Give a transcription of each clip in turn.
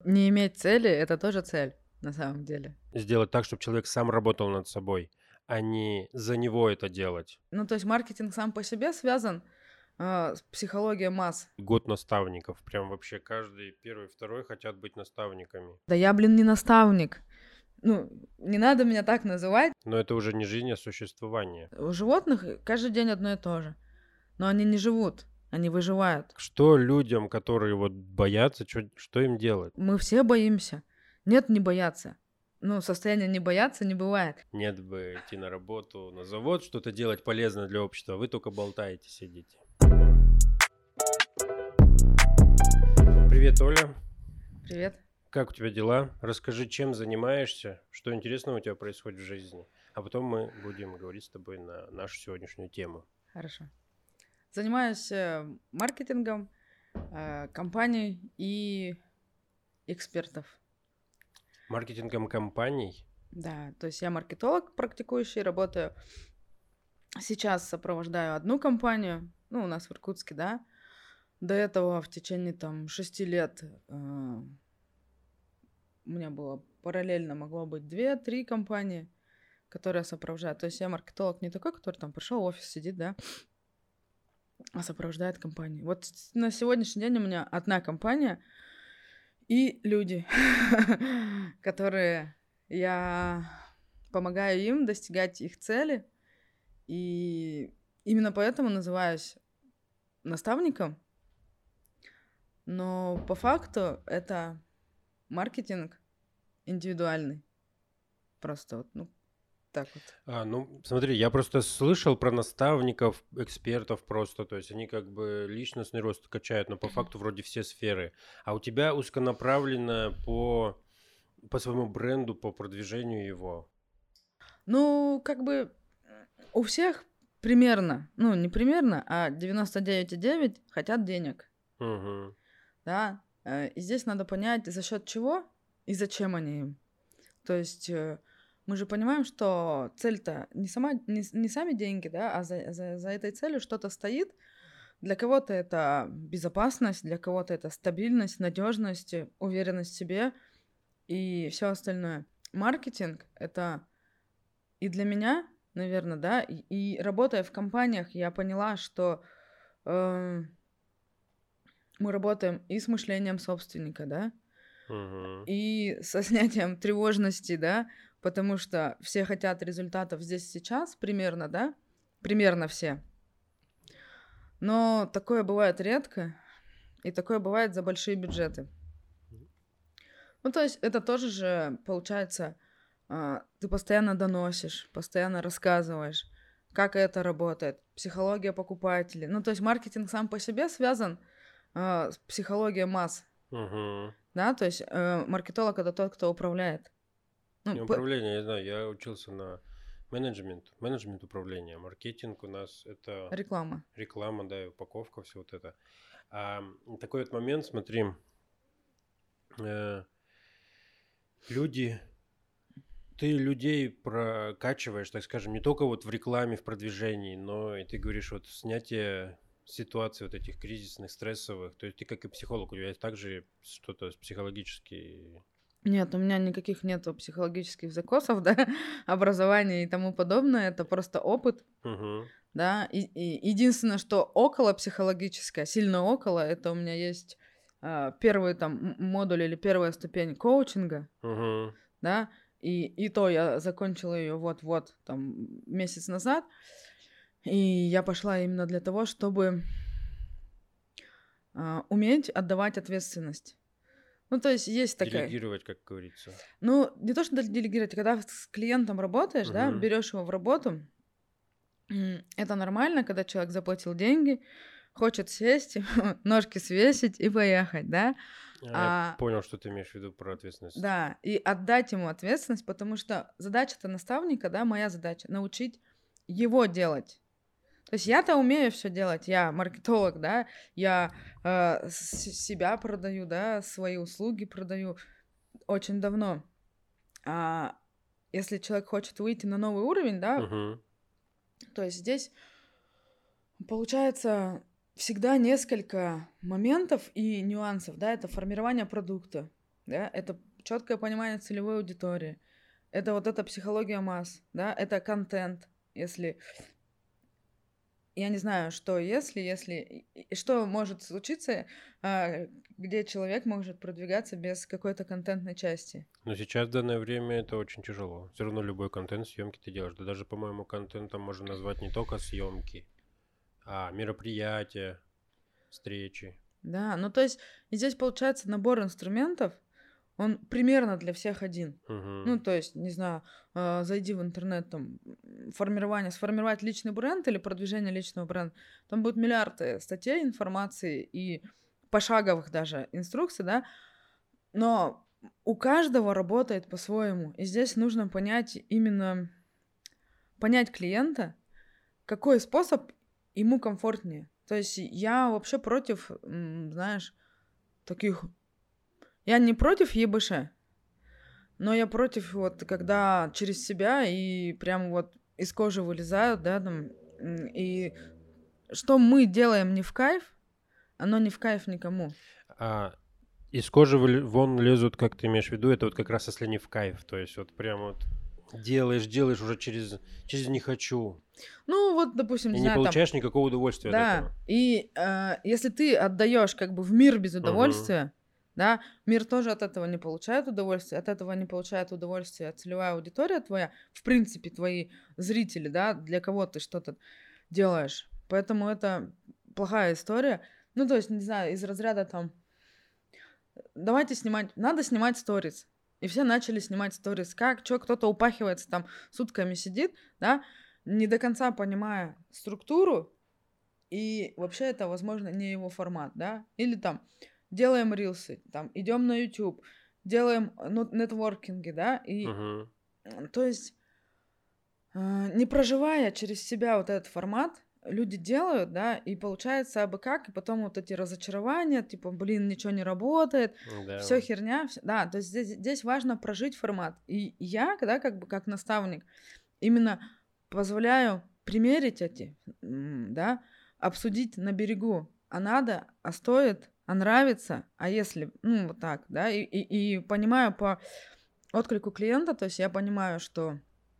Не иметь цели — это тоже цель, на самом деле. Сделать так, чтобы человек сам работал над собой, а не за него это делать. Ну, то есть маркетинг сам по себе связан с психологией масс. Год наставников. Прям вообще каждый первый, второй хотят быть наставниками. Да я, блин, не наставник. Ну, не надо меня так называть. Но это уже не жизнь, а существование. У животных каждый день одно и то же. Но они не живут, они выживают. Что людям, которые вот боятся, что им делать? Мы все боимся. Нет, не бояться. Ну, состояние не бояться не бывает. Нет бы идти на работу, на завод, что-то делать полезное для общества. Вы только болтаете, сидите. Привет, Оля. Привет. Как у тебя дела? Расскажи, чем занимаешься, что интересного у тебя происходит в жизни. А потом мы будем говорить с тобой на нашу сегодняшнюю тему. Хорошо. Занимаюсь маркетингом компаний и экспертов. Маркетингом компаний? Да, то есть я маркетолог практикующий, работаю. Сейчас сопровождаю одну компанию, ну, у нас в Иркутске, да. До этого в течение там 6 лет у меня было параллельно могло быть 2-3 компании, которые сопровождают. То есть я маркетолог не такой, который там пришел в офис, сидит, да, а сопровождает компании. Вот на сегодняшний день у меня одна компания и люди, которые я помогаю им достигать их цели. И именно поэтому называюсь наставником. Но по факту это маркетинг индивидуальный. Просто вот, ну, так вот. Ну, смотри, я просто слышал про наставников, экспертов просто, то есть они как бы личностный рост качают, но по факту вроде все сферы. А у тебя узконаправленно по своему бренду, по продвижению его. Ну, как бы у всех примерно, ну, не примерно, а 99,9 хотят денег, Угу. да. И здесь надо понять, за счет чего и зачем они им. То есть мы же понимаем, что цель-то не сами деньги, да, а за этой целью что-то стоит. Для кого-то это безопасность, для кого-то это стабильность, надежность, уверенность в себе и все остальное. Маркетинг — это и для меня, наверное, да, и работая в компаниях, я поняла, что мы работаем и с мышлением собственника, да, Угу. и со снятием тревожности, да, потому что все хотят результатов здесь и сейчас примерно, да, примерно все. Но такое бывает редко, и такое бывает за большие бюджеты. Ну, то есть это тоже же, получается, ты постоянно доносишь, постоянно рассказываешь, как это работает, психология покупателей. Ну, то есть маркетинг сам по себе связан с психологией масс, Угу. да, то есть маркетолог — это тот, кто управляет. Ну, Управление, я знаю, я учился на менеджмент управления. Маркетинг у нас это реклама. реклама, да, и упаковка, все вот это. Такой вот момент, смотри, ты людей прокачиваешь, так скажем, не только вот в рекламе, в продвижении, но и ты говоришь вот снятие ситуаций вот этих кризисных, стрессовых. То есть ты как и психолог, у тебя есть также что-то психологически. Нет, у меня никаких нету психологических закосов, да, образования и тому подобное. Это просто опыт, Угу. да. И единственное, что около психологическое, сильно около, это у меня есть первый там модуль или первая ступень коучинга, Угу. да. И то я закончила ее вот-вот там месяц назад. И я пошла именно для того, чтобы уметь отдавать ответственность. Ну, то есть есть такая... Делегировать, как говорится. Ну, не то, что делегировать, когда с клиентом работаешь, да, Угу. берешь его в работу, это нормально, когда человек заплатил деньги, хочет сесть, ножки свесить и поехать, да. Я понял, что ты имеешь в виду про ответственность. Да, и отдать ему ответственность, потому что задача-то наставника, да, моя задача — научить его делать. То есть я-то умею все делать, я маркетолог, да, я себя продаю, да, свои услуги продаю очень давно. А если человек хочет выйти на новый уровень, да, Угу. то есть здесь получается всегда несколько моментов и нюансов, да, это формирование продукта, да, это четкое понимание целевой аудитории, это вот эта психология масс, да, это контент, если... Я не знаю, что если... Что может случиться, где человек может продвигаться без какой-то контентной части. Но сейчас в данное время это очень тяжело. Все равно любой контент, съемки ты делаешь. Да даже, по-моему, контентом можно назвать не только съемки, а мероприятия, встречи. Да, ну то есть здесь получается набор инструментов, он примерно для всех один. Ну, Угу. то есть, не знаю, зайди в интернет, там, сформировать личный бренд или продвижение личного бренда. Там будет миллиарды статей, информации и пошаговых даже инструкций, да, но у каждого работает по-своему. И здесь нужно понять клиента, какой способ ему комфортнее. То есть я вообще против, знаешь, таких... Я не против ЕБШ, но я против вот, когда через себя и прям вот из кожи вылезают, да, там, и что мы делаем не в кайф, оно не в кайф никому. А из кожи вон лезут, как ты имеешь в виду, это вот как раз если не в кайф. То есть вот прям вот делаешь уже через не хочу. Ну, вот, допустим, И не не знаю, там, получаешь никакого удовольствия от да, этого. и если ты отдаешь как бы в мир без Угу. удовольствия, да, мир тоже от этого не получает удовольствия, от этого не получает удовольствия целевая аудитория твоя, в принципе, твои зрители, да, для кого ты что-то делаешь. Поэтому это плохая история. Ну, то есть, не знаю, из разряда там, надо снимать сторис. И все начали снимать сторис. Как, что, кто-то упахивается там, сутками сидит, да, не до конца понимая структуру, и вообще это, возможно, не его формат, да. Или там делаем рилсы, там идем на YouTube, делаем нетворкинги, да, и Угу. то есть не проживая через себя вот этот формат, люди делают, да, и получается абы как, и потом вот эти разочарования, типа, блин, ничего не работает, все Да. херня, да, то есть здесь важно прожить формат. И я, да, как бы как наставник, именно позволяю примерить эти, да, обсудить на берегу, а надо, а стоит, а нравится, а если, ну, вот так, да, и понимаю по отклику клиента, то есть я понимаю, что,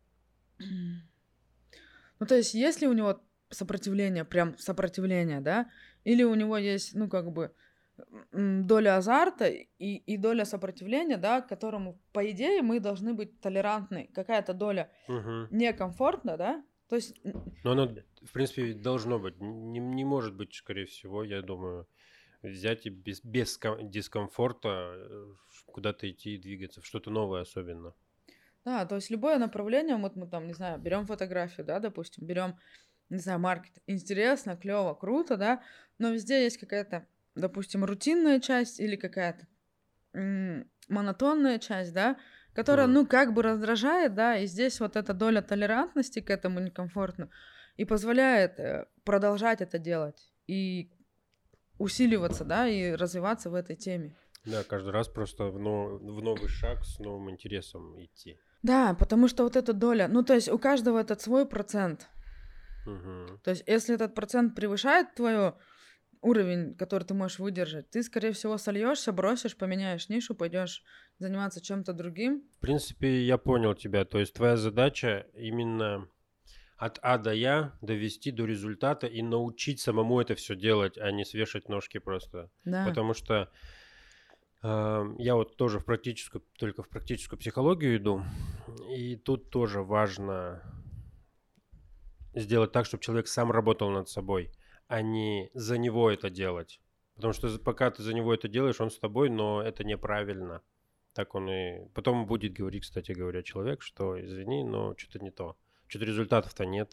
ну, то есть если у него сопротивление, прям сопротивление, да, или у него есть, ну, как бы, доля азарта и доля сопротивления, да, к которому, по идее, мы должны быть толерантны. Какая-то доля Угу. некомфортна, да, то есть... Но оно, в принципе, должно быть. Не может быть, скорее всего, я думаю, взять и без дискомфорта куда-то идти и двигаться, в что-то новое особенно. Да, то есть любое направление, вот мы там, не знаю, берем фотографию, да, допустим, берем, не знаю, маркетинг. Интересно, клево, круто, да, но везде есть какая-то, допустим, рутинная часть или какая-то монотонная часть, да, которая, Мгм. ну, как бы раздражает, да, и здесь вот эта доля толерантности к этому некомфортно и позволяет продолжать это делать и усиливаться, да, и развиваться в этой теме. Да, каждый раз просто в новый шаг с новым интересом идти. Да, потому что вот эта доля, ну, то есть у каждого этот свой процент. Угу. То есть если этот процент превышает твой уровень, который ты можешь выдержать, ты, скорее всего, сольешься, бросишь, поменяешь нишу, пойдешь заниматься чем-то другим. В принципе, я понял тебя. То есть твоя задача именно от А до Я довести до результата и научить самому это все делать, а не свешать ножки просто. Да, Потому что я вот тоже только в практическую психологию иду, и тут тоже важно сделать так, чтобы человек сам работал над собой, а не за него это делать. Потому что пока ты за него это делаешь, он с тобой, но это неправильно. Так он и... Потом будет говорить, кстати говоря, человек, что извини, но что-то не то. Что-то результатов-то нет.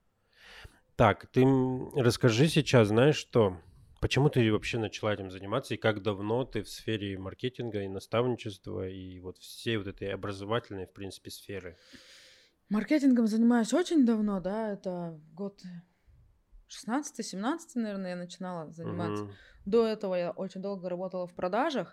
Так, ты расскажи сейчас, знаешь что? Почему ты вообще начала этим заниматься и как давно ты в сфере маркетинга и наставничества и вот всей вот этой образовательной, в принципе, сферы? маркетингом занимаюсь очень давно, да, это год 16-17, наверное, я начинала заниматься. Угу. До этого я очень долго работала в продажах,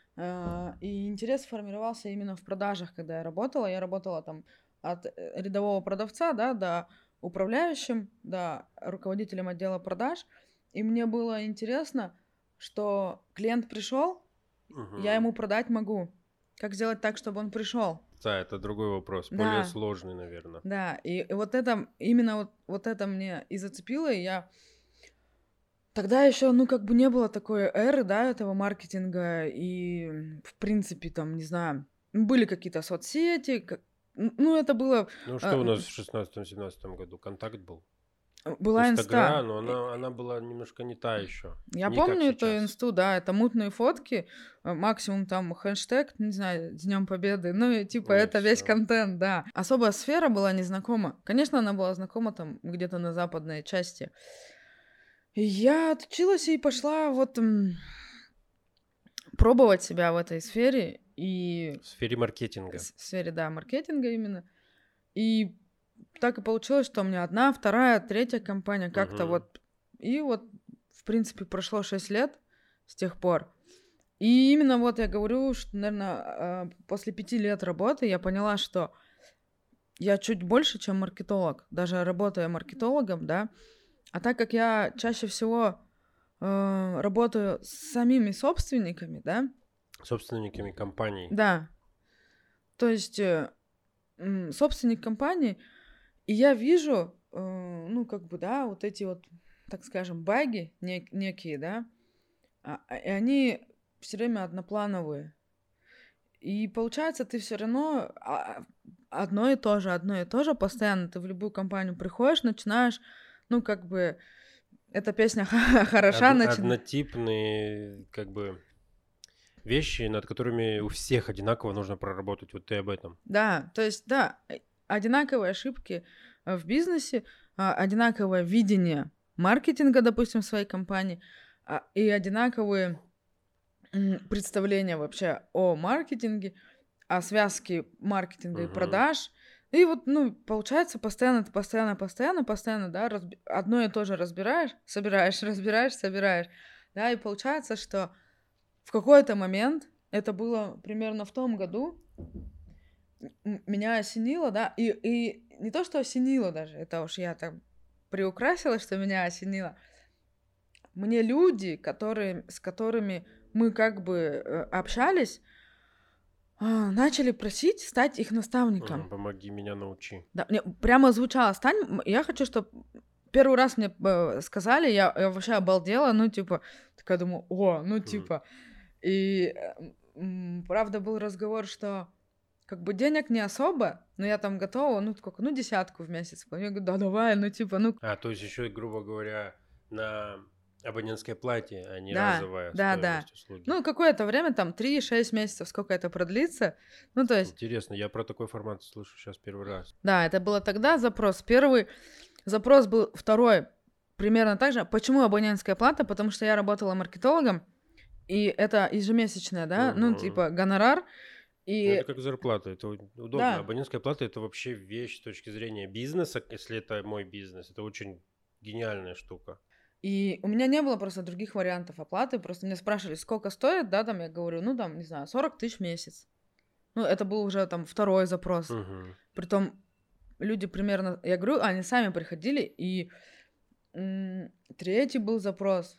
и интерес формировался именно в продажах, когда я работала. Я работала там от рядового продавца, да, до управляющим, до руководителем отдела продаж. И мне было интересно, что клиент пришел, я ему продать могу. Как сделать так, чтобы он пришел? Да, это другой вопрос, Да. более сложный, наверное. Да, и вот это, именно вот это мне и зацепило, и я... Тогда еще, ну, как бы не было такой эры, да, этого маркетинга, и, в принципе, там, не знаю, были какие-то соцсети, ну, это было... Ну, что у нас в 16-17 году? Контакт был? Была Инстаграм, инста. но она была немножко не та еще. Я Не как помню эту сейчас. инсту, да, это мутные фотки, максимум там хэштег, не знаю, Днем Победы, ну и типа И это весь всё. контент, да. Особая сфера была незнакома. Конечно, она была знакома там где-то на западной части. И я отучилась и пошла вот пробовать себя в этой сфере и В сфере маркетинга. в сфере, да, маркетинга именно. И так и получилось, что у меня одна, вторая, третья компания как-то вот. И вот, в принципе, прошло 6 лет с тех пор. И именно вот я говорю, что, наверное, после 5 лет работы я поняла, что я чуть больше, чем маркетолог, даже работая маркетологом, да. А так как я чаще всего работаю с самими собственниками, да. Собственниками компаний. Да. То есть собственник компании, и я вижу, ну, как бы, да, вот эти вот, так скажем, баги некие, да, и они все время одноплановые. И получается, ты все равно одно и то же постоянно. Ты в любую компанию приходишь, начинаешь, ну, как бы, эта песня хороша, Однотипные, как бы, вещи, над которыми у всех одинаково нужно проработать. Вот ты об этом. Да, то есть, да, одинаковые ошибки в бизнесе, одинаковое видение маркетинга, допустим, в своей компании, и одинаковые представления вообще о маркетинге, о связке маркетинга и продаж. И вот, ну, получается, постоянно, да, одно и то же разбираешь, собираешь, да, и получается, что в какой-то момент, это было примерно в том году, меня осенило, да, и не то, что осенило даже, это уж я так приукрасила, что меня осенило. Мне люди, с которыми мы как бы общались, начали просить стать их наставником. Помоги, меня научи. Да, мне прямо звучало, стань, я хочу, чтобы... Первый раз мне сказали, я вообще обалдела, ну, типа, такая думаю, ну, типа. И правда был разговор, что как бы денег не особо, но я там готова, ну, сколько, ну, 10 в месяц. Я говорю, да, давай, ну, типа, ну... То есть еще, грубо говоря, на абонентской плате, а не Да, разовая да. стоимость услуги. Ну, какое-то время, там, 3-6 месяцев, сколько это продлится. Ну, то есть... Интересно, я про такой формат слышу сейчас первый раз. Да, это было тогда запрос. Первый запрос был, второй примерно так же. Почему абонентская плата? Потому что я работала маркетологом, и это ежемесячная, да, ну, типа, гонорар. И... Это как зарплата, это удобно. Да. Абонентская плата — это вообще вещь с точки зрения бизнеса, если это мой бизнес. Это очень гениальная штука. И у меня не было просто других вариантов оплаты. Просто меня спрашивали, сколько стоит, да, там я говорю, ну, там, не знаю, 40 тысяч в месяц. Ну, это был уже там второй запрос. Притом люди примерно, я говорю, они сами приходили, и третий был запрос.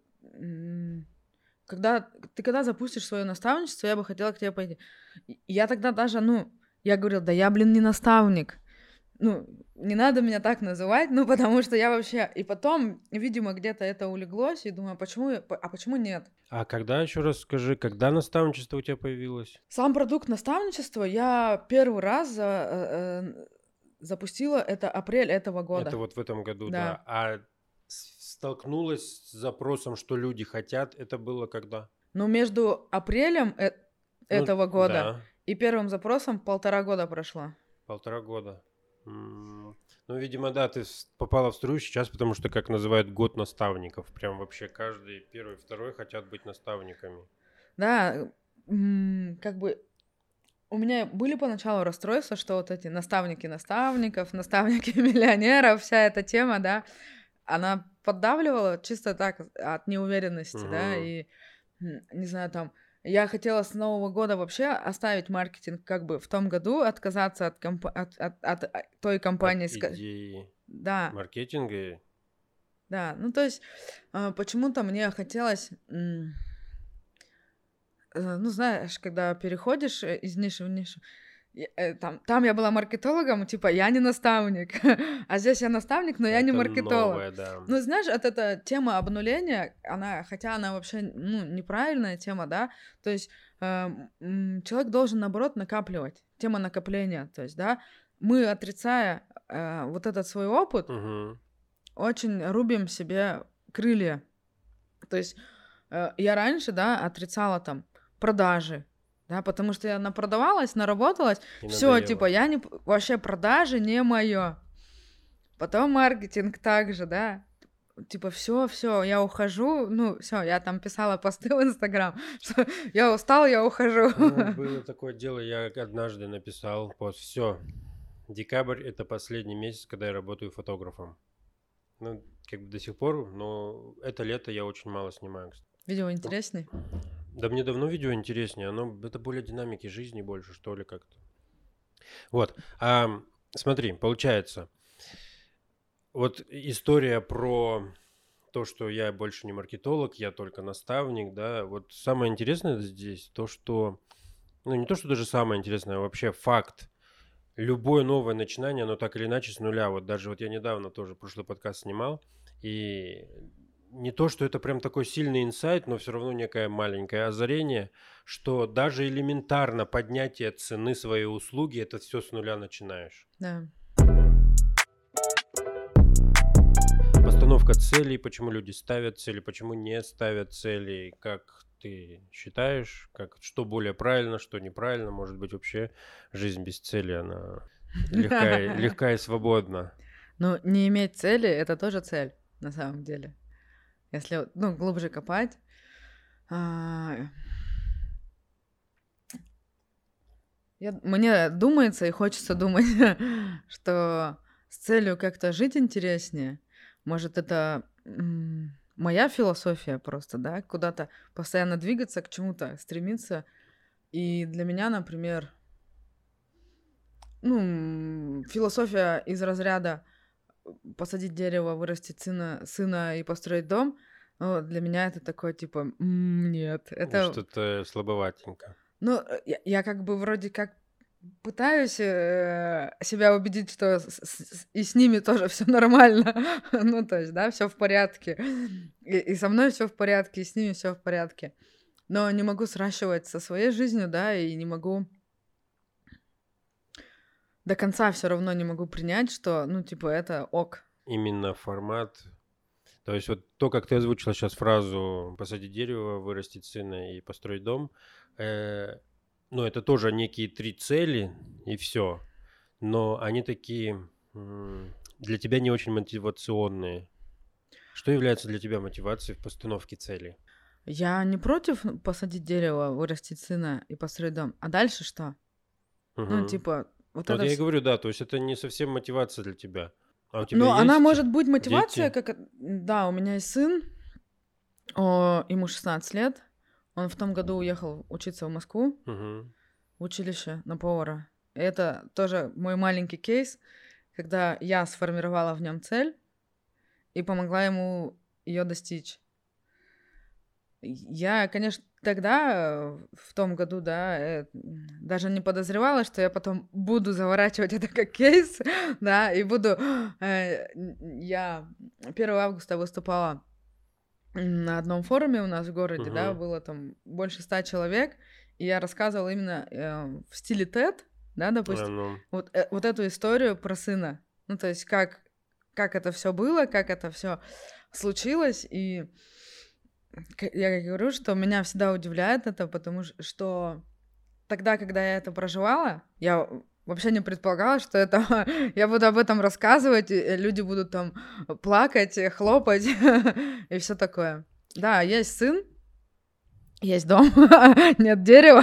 Когда запустишь свое наставничество, я бы хотела к тебе пойти. Я тогда даже, ну, я говорила, да я, не наставник. Ну, не надо меня так называть, ну, потому что я вообще... И потом, видимо, где-то это улеглось, и думаю, почему нет? А когда, еще раз скажи, когда наставничество у тебя появилось? Сам продукт наставничества я первый раз запустила, это апрель этого года. Это вот в этом году, Да. да. А столкнулась с запросом, что люди хотят, это было когда? Ну, между апрелем этого года Да, и первым запросом 1,5 года прошло. 1,5 года. Ну, видимо, да, ты попала в струю сейчас, потому что, как называют, год наставников. Прям вообще каждый первый, второй хотят быть наставниками. Да, как бы у меня были поначалу расстройства, что вот эти наставники наставников, наставники миллионеров, вся эта тема, да, она поддавливала чисто так от неуверенности, да, и, не знаю, там, я хотела с Нового года вообще оставить маркетинг как бы в том году, отказаться от той компании. От идеи да. маркетинга. Да, ну то есть почему-то мне хотелось ну, знаешь, когда переходишь из ниши в нишу, там я была маркетологом, типа, я не наставник, а здесь я наставник, но я не Это маркетолог. новое, да. Ну, знаешь, эта тема обнуления, хотя она вообще, ну, неправильная тема, да, то есть человек должен, наоборот, накапливать, тема накопления, то есть, да, мы, отрицая вот этот свой опыт, Мгм. очень рубим себе крылья. То есть я раньше, да, отрицала там продажи, да, потому что я напродавалась, наработалась, И все, типа, надоело. вообще продажи не мое. Потом маркетинг также, да, типа, все, я ухожу, ну, все, я там писала посты в Инстаграм, что я устал, я ухожу. Было такое дело, я однажды написал пост. Все, декабрь — это последний месяц, когда я работаю фотографом. Ну, как бы до сих пор, но это лето я очень мало снимаю, кстати. Видео интересней. Да мне давно видео интереснее, это более динамики жизни больше, что ли, как-то. Вот, смотри, получается, вот история про то, что я больше не маркетолог, я только наставник, да, вот самое интересное здесь то, что, ну не то, что даже самое интересное, а вообще факт. Любое новое начинание, оно так или иначе с нуля. Вот даже вот я недавно тоже прошлый подкаст снимал, и не то, что это прям такой сильный инсайт, но все равно некое маленькое озарение, что даже элементарно поднятие цены своей услуги, это все с нуля начинаешь. Да. Постановка целей, почему люди ставят цели, почему не ставят целей, как ты считаешь, что более правильно, что неправильно, может быть, вообще жизнь без цели, она легка и свободна. Ну, не иметь цели — это тоже цель, на самом деле. Если, ну, глубже копать, мне думается и хочется думать, что с целью как-то жить интереснее. Может, это моя философия просто, да, куда-то постоянно двигаться, к чему-то стремиться. И для меня, например, ну, философия из разряда посадить дерево, вырастить сына и построить дом, для меня это такое, типа, нет, это... Что-то слабоватенько. Ну, я как бы вроде как пытаюсь себя убедить, что и с ними тоже все нормально. Ну, то есть, да, все в порядке. И со мной все в порядке, и с ними все в порядке. Но не могу сращивать со своей жизнью, да, и не могу до конца все равно не могу принять, что, ну, типа, это ок. Именно формат. То есть вот то, как ты озвучила сейчас фразу «посадить дерево, вырастить сына и построить дом», ну, это тоже некие 3 цели, и все. Но они такие для тебя не очень мотивационные. Что является для тебя мотивацией в постановке целей? Я не против посадить дерево, вырастить сына и построить дом. А дальше что? Ну, типа, вот Вот это я и всё. говорю, да, то есть это не совсем мотивация для тебя. А у тебя Ну, она есть может быть мотивация, дети? Да, у меня есть сын, ему 16 лет. Он в том году уехал учиться в Москву, Мгм. в училище на повара. И это тоже мой маленький кейс, когда я сформировала в нем цель и помогла ему ее достичь. Я, конечно, тогда, в том году, да, даже не подозревала, что я потом буду заворачивать это как кейс, да, и буду... Я 1 августа выступала на одном форуме у нас в городе, да, Мгм. было там больше 100 человек, и я рассказывала именно в стиле TED, да, допустим, Ну, вот эту историю про сына. Ну, то есть как это все было, как это все случилось, и я говорю, что меня всегда удивляет это, потому что тогда, когда я это проживала, я вообще не предполагала, что это я буду об этом рассказывать, и люди будут там плакать, хлопать и все такое. Да, есть сын, есть дом, нет дерева.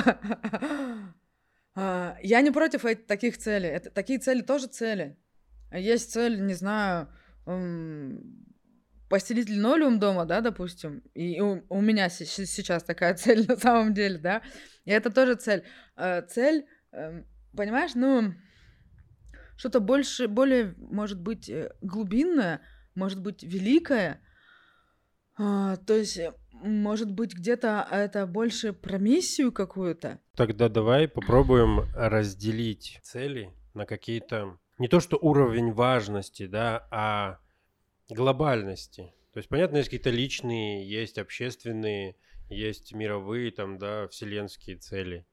Я не против таких целей. Такие цели тоже цели. Есть цель, не знаю, постелить линолеум дома, да, допустим, и у меня сейчас такая цель на самом деле, да, и это тоже цель. Цель, понимаешь, ну, что-то более, может быть, глубинное, может быть, великое. То есть может быть, где-то это больше про миссию какую-то? Тогда давай попробуем разделить цели на какие-то, не то что уровень важности, да, а глобальности. То есть, понятно, есть какие-то личные, есть общественные, есть мировые, там, да, вселенские цели.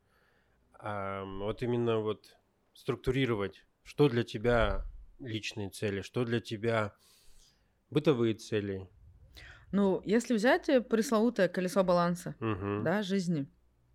Вот именно вот структурировать, что для тебя личные цели, что для тебя бытовые цели. Ну, если взять пресловутое колесо баланса, Мгм. да, жизни,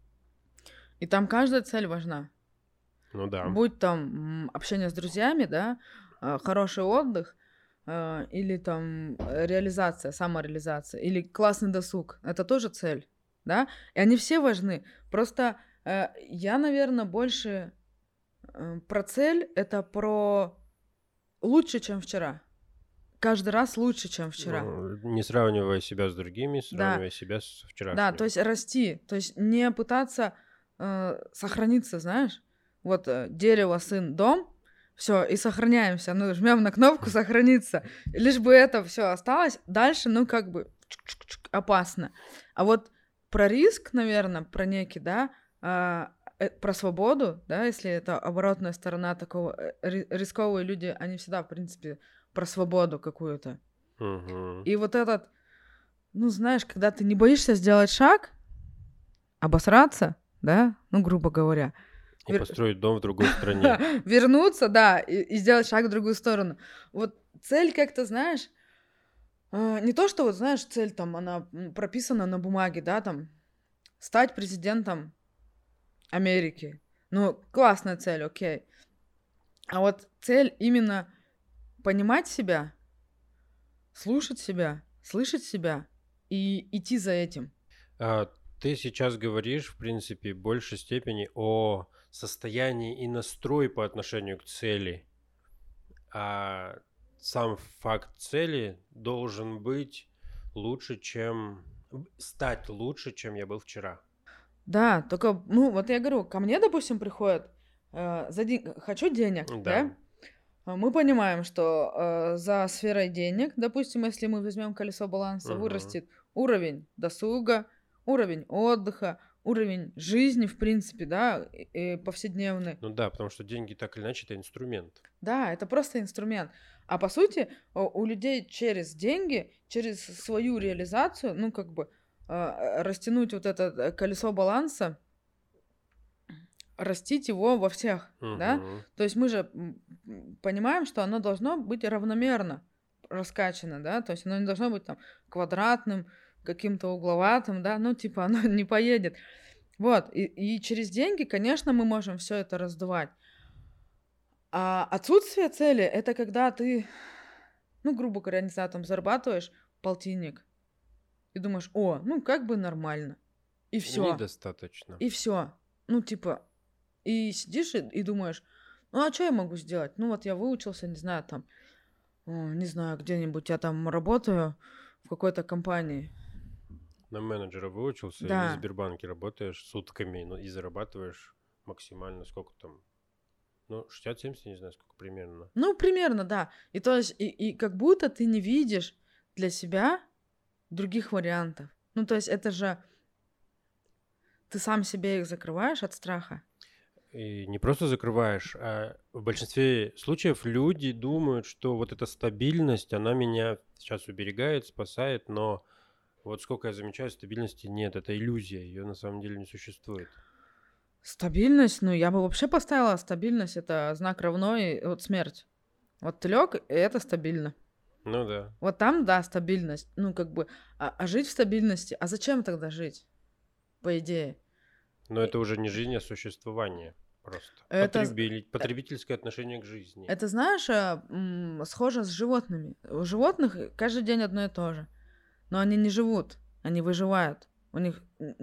и там каждая цель важна. Ну да. Будь там общение с друзьями, да, хороший отдых, или там реализация, самореализация, или классный досуг. Это тоже цель, да? И они все важны. Просто я, наверное, больше про цель, это про лучше, чем вчера. Каждый раз лучше, чем вчера. Не сравнивая себя с другими, Да, сравнивая себя с да, то вчерашним. есть расти, то есть не пытаться сохраниться, знаешь, вот дерево, сын, дом, все, и сохраняемся, ну, жмем на кнопку сохраниться, лишь бы это все осталось, дальше, ну, как бы опасно. А вот про риск, наверное, про некий, да, про свободу, да, если это оборотная сторона такого, рисковые люди, они всегда, в принципе, про свободу какую-то. Мгм. И вот этот, ну, знаешь, когда ты не боишься сделать шаг, обосраться, да, ну, грубо говоря, И построить дом в другой стране. вернуться, да, и сделать шаг в другую сторону. Вот цель как-то, знаешь, не то, что вот, знаешь, цель там, она прописана на бумаге, да, там, стать президентом Америки. Ну, классная цель, окей. А вот цель именно понимать себя, слушать себя, слышать себя и идти за этим. Ты сейчас говоришь, в принципе, в большей степени о состоянии и настрой по отношению к цели. А сам факт цели должен быть лучше, чем... стать лучше, чем я был вчера. Да, только, ну, вот я говорю, ко мне, допустим, приходят, хочу денег, Да. да? Мы понимаем, что за сферой денег, допустим, если мы возьмем колесо баланса, Мгм. вырастет уровень досуга, уровень отдыха, уровень жизни, в принципе, да, и повседневный. Ну да, потому что деньги так или иначе это инструмент. Да, это просто инструмент. А по сути, у людей через деньги, через свою реализацию, ну, как бы растянуть вот это колесо баланса, растить его во всех, да? Мгм. То есть мы же понимаем, что оно должно быть равномерно раскачано, да? То есть оно не должно быть там квадратным, каким-то угловатым, да? Ну, типа оно не поедет. Вот, и через деньги, конечно, мы можем все это раздувать. А отсутствие цели — это когда ты, ну, грубо говоря, не знаю, там зарабатываешь полтинник и думаешь: "О, ну, как бы нормально". И все, Недостаточно. и все. Ну, типа, и сидишь и думаешь: "Ну, а что я могу сделать? Ну, вот я выучился, не знаю, там, не знаю, где-нибудь я там работаю в какой-то компании". На менеджера выучился и в Да, Сбербанке работаешь сутками и зарабатываешь максимально сколько там? Ну, 60-70, я не знаю, сколько примерно. ну, примерно, да. И то есть и как будто ты не видишь для себя других вариантов. Ну, то есть это же ты сам себе их закрываешь от страха. И не просто закрываешь, а в большинстве случаев люди думают, что вот эта стабильность, она меня сейчас уберегает, спасает, но вот сколько я замечаю, стабильности нет, это иллюзия, ее на самом деле не существует. Стабильность, ну, я бы вообще поставила стабильность — это знак равно вот смерть. Вот ты лёг, и это стабильно. Ну да. Вот там, да, стабильность. Ну, как бы, а жить в стабильности, а зачем тогда жить, по идее? Но это уже не жизнь, а существование просто. Это, Потребительское отношение к жизни. это знаешь, схоже с животными. У животных каждый день одно и то же. Но они не живут, они выживают. У них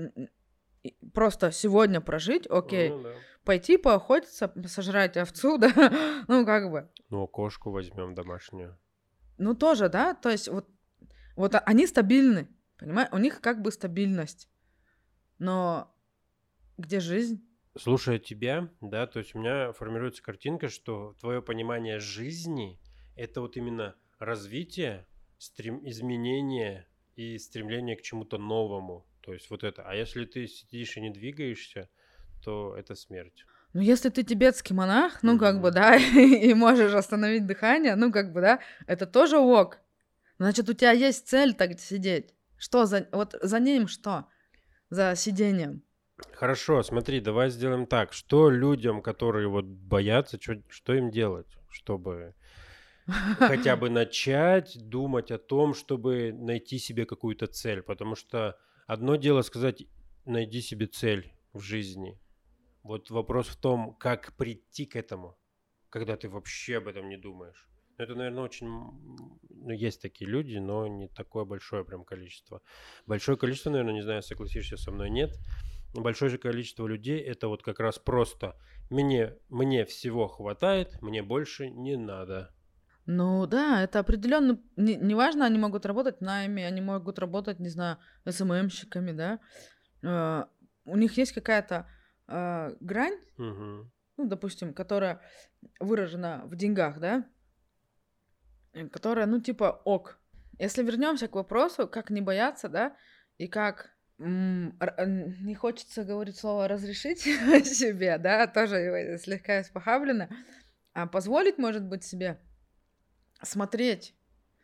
просто сегодня прожить, окей. Ну да. Пойти поохотиться, сожрать овцу, да, ну, как бы. Ну, кошку возьмем домашнюю. Ну, тоже, да, то есть вот они стабильны, понимаешь, у них как бы стабильность. Но где жизнь? Слушая тебя, да, то есть у меня формируется картинка, что твое понимание жизни — это вот именно развитие, изменение и стремление к чему-то новому. То есть вот это. А если ты сидишь и не двигаешься, то это смерть. Ну, если ты тибетский монах, ну, как бы, Мгм. да, и можешь остановить дыхание, ну, как бы, да, это тоже ок. Значит, у тебя есть цель так сидеть. Что за... Вот за ним что? За сидением. Хорошо, смотри, давай сделаем так. Что людям, которые вот боятся, что им делать, чтобы хотя бы начать думать о том, чтобы найти себе какую-то цель? Потому что одно дело сказать, найди себе цель в жизни. Вот вопрос в том, как прийти к этому, когда ты вообще об этом не думаешь. Это, наверное, очень... Ну, есть такие люди, но не такое большое прям количество. Большое количество, наверное, не знаю, согласишься со мной, нет. Но большое же количество людей, это вот как раз просто мне всего хватает, мне больше не надо. Ну да, это определенно, неважно, они могут работать найме, они могут работать, не знаю, СММщиками, да. Э, У них есть какая-то грань, Мгм. ну, допустим, которая выражена в деньгах, да, которая, ну, типа, ок. Если вернемся к вопросу, как не бояться, да, и как не хочется говорить слово разрешить себе, да, тоже слегка испохаблено, а позволить, может быть, себе смотреть,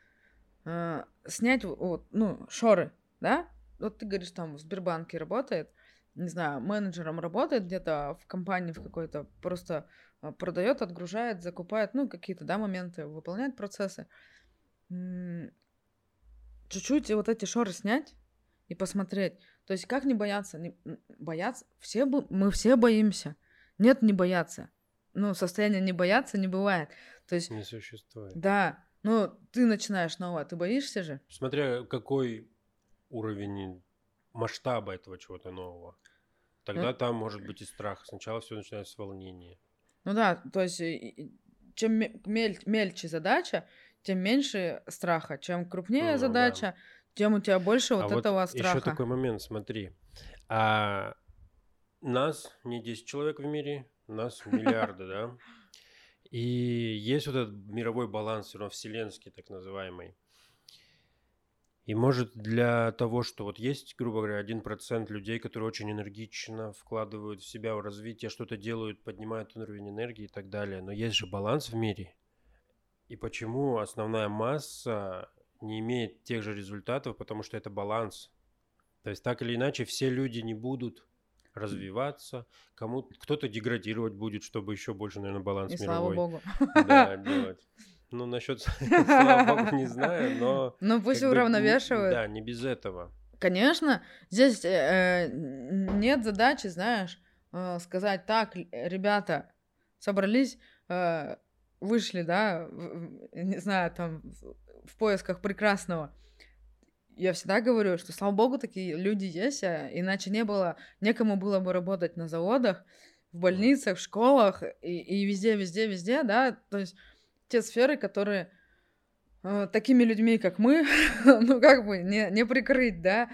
снять вот, ну, шоры, да? Вот ты говоришь, там в Сбербанке работает, не знаю, менеджером работает где-то в компании в какой-то, просто продает, отгружает, закупает, ну, какие-то, да, моменты, выполняет процессы. М, Чуть-чуть вот эти шоры снять и посмотреть. То есть как не бояться? Бояться? Мы все боимся. Нет, не бояться. Ну, состояние не бояться не бывает. То есть, Не существует. да, ну, ты начинаешь новое, ты боишься же? Смотря какой уровень масштаба этого чего-то нового. Э, Тогда там может быть и страх. Сначала все начинается с волнения. Ну да, то есть чем мельче задача, тем меньше страха. Чем крупнее Ну да. задача, тем у тебя больше А вот вот этого еще страха. такой момент, смотри. А нас не 10 человек в мире, нас миллиарды, да? И есть вот этот мировой баланс, все равно вселенский так называемый. И может для того, что вот есть, грубо говоря, 1% людей, которые очень энергично вкладывают в себя в развитие, что-то делают, поднимают уровень энергии и так далее. Но есть же баланс в мире. И почему основная масса не имеет тех же результатов? Потому что это баланс. То есть так или иначе все люди не будут развиваться, кто-то деградировать будет, чтобы еще больше, наверное, И баланс слава мировой, богу. да, делать. Ну, насчет, слава богу, не знаю, но Ну, пусть как бы, уравновешивают. да, не без этого. Конечно, здесь нет задачи, знаешь, сказать так, ребята, собрались, вышли, да, не знаю, там, в поисках прекрасного. Я всегда говорю, что, слава богу, такие люди есть, иначе некому было бы работать на заводах, в больницах, в школах и везде, везде, везде, да, то есть те сферы, которые такими людьми, как мы, ну, как бы не прикрыть, да,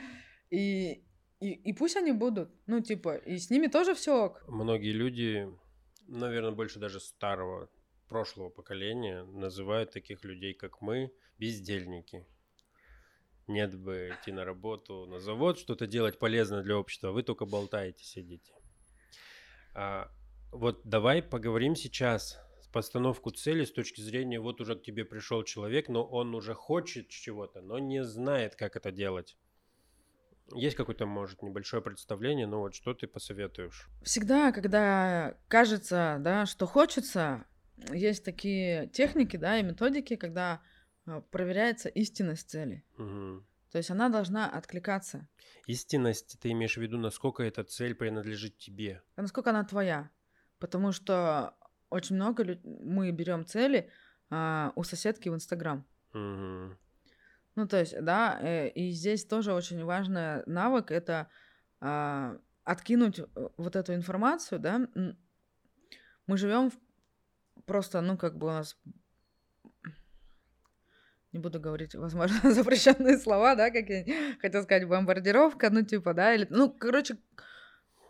и пусть они будут, ну, типа, и с ними тоже все ок. Многие люди, наверное, больше даже старого, прошлого поколения называют таких людей, как мы, бездельники. Нет бы идти на работу, на завод, что-то делать полезное для общества, вы только болтаете, сидите. Вот давай поговорим сейчас с постановку цели с точки зрения, вот уже к тебе пришел человек, но он уже хочет чего-то, но не знает, как это делать. Есть какое-то, может, небольшое представление, но вот что ты посоветуешь? Всегда, когда кажется, да, что хочется, есть такие техники, да, и методики, когда проверяется истинность цели. Мгм. То есть она должна откликаться. Истинность, ты имеешь в виду, насколько эта цель принадлежит тебе? А насколько она твоя? Потому что очень много мы берем цели у соседки в Инстаграм. Мгм. Ну, то есть, да, и здесь тоже очень важный навык — это откинуть вот эту информацию, да. Мы живем просто, ну, как бы у нас, не буду говорить, возможно, запрещенные слова, да, как я хотела сказать, бомбардировка, ну, типа, да, или, ну, короче,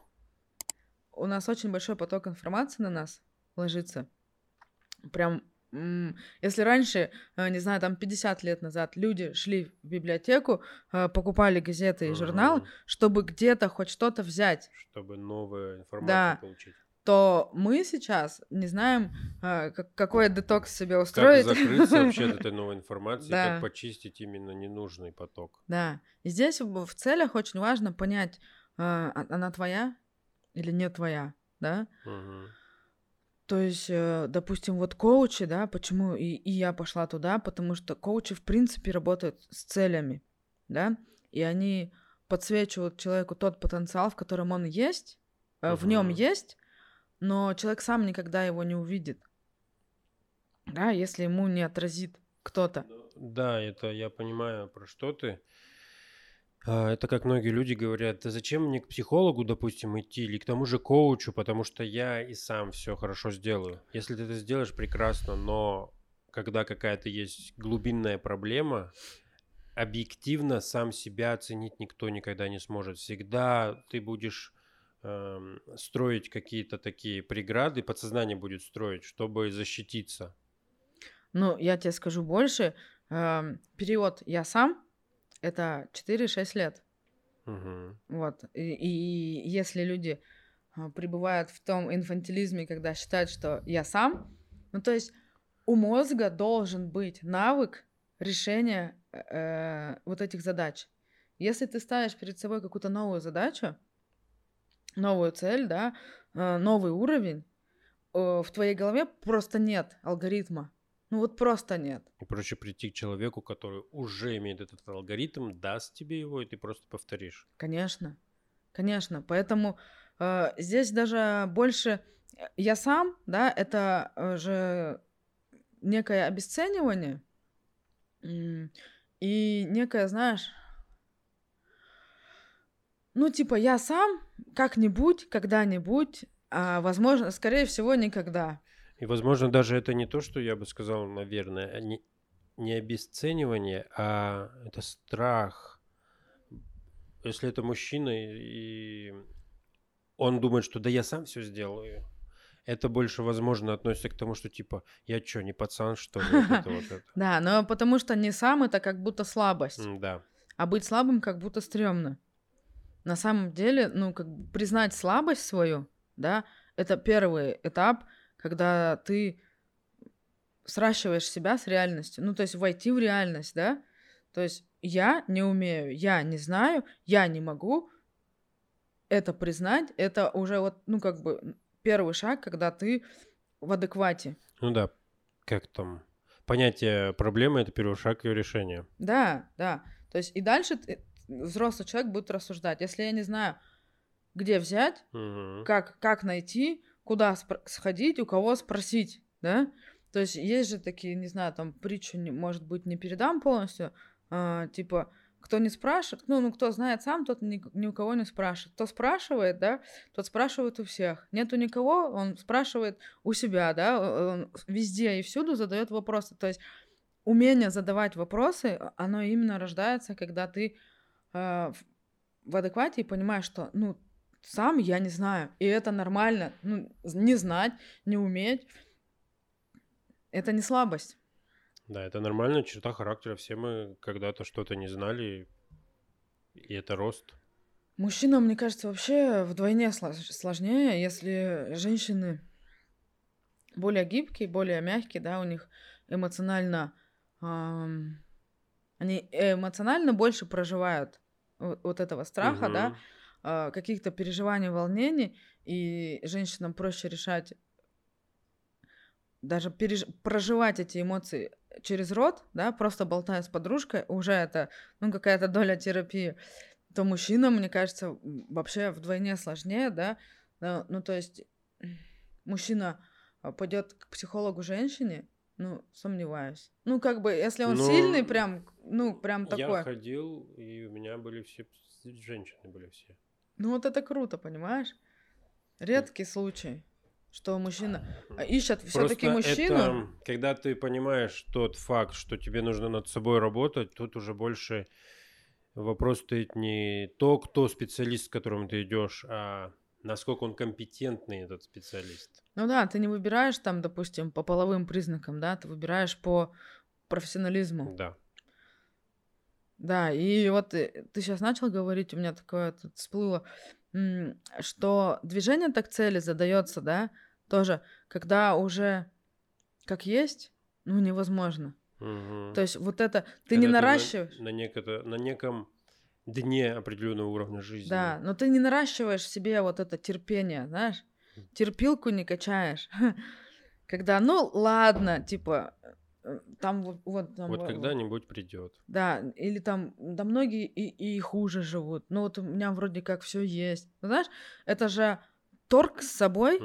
у нас очень большой поток информации на нас ложится. Прям Если раньше, не знаю, там 50 лет назад люди шли в библиотеку, покупали газеты и журналы, Мгм. чтобы где-то хоть что-то взять, Чтобы новую информацию да, получить. то мы сейчас не знаем, какой детокс себе Как устроить. закрыться вообще от этой новой информации, как Да, почистить именно ненужный поток. да. И здесь в целях очень важно понять, она твоя или не твоя, да. Мгм. То есть, допустим, вот коучи, да, почему и я пошла туда, потому что коучи, в принципе, работают с целями, да, и они подсвечивают человеку тот потенциал, в котором он есть, в нем Мгм. есть, но человек сам никогда его не увидит, да, если ему не отразит кто-то. Да, это я понимаю, про что ты. Это как многие люди говорят: да зачем мне к психологу, допустим, идти или к тому же коучу, потому что я и сам все хорошо сделаю. Если ты это сделаешь, прекрасно, но когда какая-то есть глубинная проблема, объективно сам себя оценить никто никогда не сможет. Всегда ты будешь строить какие-то такие преграды, подсознание будет строить, чтобы защититься. Ну, я тебе скажу больше, период «я сам» — это 4-6 лет. Мгм. Вот. И если люди пребывают в том инфантилизме, когда считают, что я сам, ну то есть у мозга должен быть навык решения вот этих задач. Если ты ставишь перед собой какую-то новую задачу, новую цель, да, новый уровень, в твоей голове просто нет алгоритма. Ну вот просто нет. И проще прийти к человеку, который уже имеет этот алгоритм, даст тебе его, и ты просто повторишь. Конечно, конечно. Поэтому здесь даже больше я сам, да, это же некое обесценивание, м, и некое, знаешь, ну, типа, я сам как-нибудь, когда-нибудь, а возможно, скорее всего, никогда. И, возможно, даже это не то, что я бы сказал, наверное, не обесценивание, а это страх. Если это мужчина, и он думает, что да я сам все сделаю, это больше, возможно, относится к тому, что типа я чё, не пацан, что ли, вот это вот это. Да, но потому что не сам — это как будто слабость, Да. а быть слабым как будто стрёмно. На самом деле, ну, как бы признать слабость свою, да, это первый этап, когда ты сращиваешь себя с реальностью. Ну, то есть войти в реальность, да. То есть я не умею, я не знаю, я не могу это признать. Это уже вот, ну, как бы первый шаг, когда ты в адеквате. Ну да, как там? Понятие проблемы — это первый шаг к ее решению. Да, да. То есть и дальше взрослый человек будет рассуждать. Если я не знаю, где взять, Мгм. как найти, куда сходить, у кого спросить, да? То есть есть же такие, не знаю, там притчу, может быть, не передам полностью, типа, кто не спрашивает, ну, кто знает сам, тот ни у кого не спрашивает. Кто спрашивает, да, тот спрашивает у всех. Нету никого, он спрашивает у себя, да, он везде и всюду задает вопросы. То есть умение задавать вопросы, оно именно рождается, когда ты в адеквате и понимаешь, что, ну, сам я не знаю, и это нормально. Ну, не знать, не уметь — это не слабость. Да, это нормальная черта характера. Все мы когда-то что-то не знали, и это рост. Мужчинам, мне кажется, вообще вдвойне сложнее, если женщины более гибкие, более мягкие, да, у них эмоционально, ам, они эмоционально больше проживают вот этого страха, да, Мгм. каких-то переживаний, волнений, и женщинам проще решать, даже проживать эти эмоции через рот, да, просто болтая с подружкой, уже это, ну, какая-то доля терапии. То мужчинам, мне кажется, вообще вдвойне сложнее, да. Ну, то есть мужчина пойдет к психологу женщине, ну, сомневаюсь. Ну, как бы, если он сильный, Но прям, ну, прям я такой. ходил, и у меня были все женщины были все. Ну, вот это круто, понимаешь? Редкий случай, что мужчина ищет все-таки Просто мужчину. это, когда ты понимаешь тот факт, что тебе нужно над собой работать, тут уже больше вопрос стоит не то, кто специалист, к которому ты идешь, а Насколько он компетентный, этот специалист. Ну да, ты не выбираешь там, допустим, по половым признакам, да, ты выбираешь по профессионализму. Да. Да, и вот ты сейчас начал говорить, у меня такое тут всплыло, что движение так к цели задается, да, тоже, когда уже как есть, ну, невозможно. Мгм. То есть вот это, ты Когда не ты наращиваешь, на неком дне определенного уровня жизни. да, но ты не наращиваешь в себе вот это терпение, знаешь, терпилку не качаешь. Когда, ну, ладно, типа, там там, Вот когда-нибудь придет. да, или там, да многие и хуже живут. Ну вот у меня вроде как все есть. Ну, знаешь, это же торг с собой.